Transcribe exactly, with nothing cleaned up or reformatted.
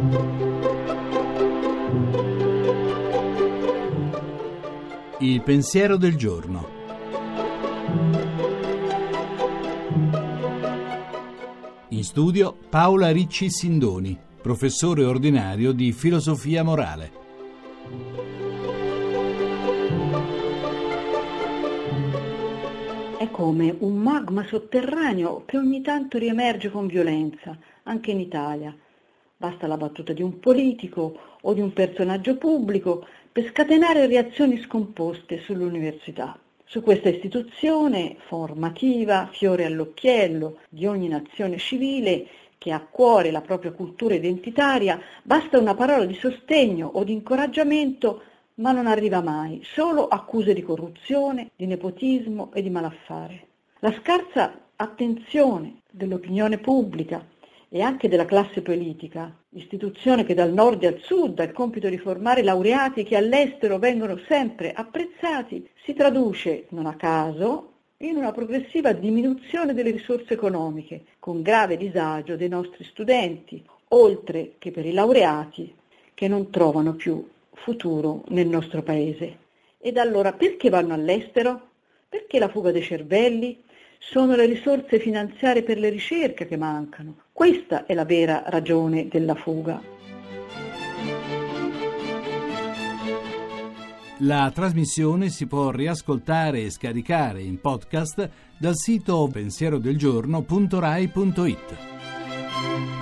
Il pensiero del giorno. In studio Paola Ricci Sindoni, professore ordinario di filosofia morale. È come un magma sotterraneo che ogni tanto riemerge con violenza, anche in Italia. Basta la battuta di un politico o di un personaggio pubblico per scatenare reazioni scomposte sull'università. Su questa istituzione formativa, fiore all'occhiello di ogni nazione civile che ha a cuore la propria cultura identitaria, basta una parola di sostegno o di incoraggiamento, ma non arriva mai, solo accuse di corruzione, di nepotismo e di malaffare. La scarsa attenzione dell'opinione pubblica e anche della classe politica, istituzione che dal nord al sud ha il compito di formare laureati che all'estero vengono sempre apprezzati, si traduce, non a caso, in una progressiva diminuzione delle risorse economiche, con grave disagio dei nostri studenti, oltre che per i laureati che non trovano più futuro nel nostro paese. Ed allora perché vanno all'estero? Perché la fuga dei cervelli? Sono le risorse finanziarie per le ricerche che mancano. Questa è la vera ragione della fuga. La trasmissione si può riascoltare e scaricare in podcast dal sito pensierodelgiorno punto rai punto it.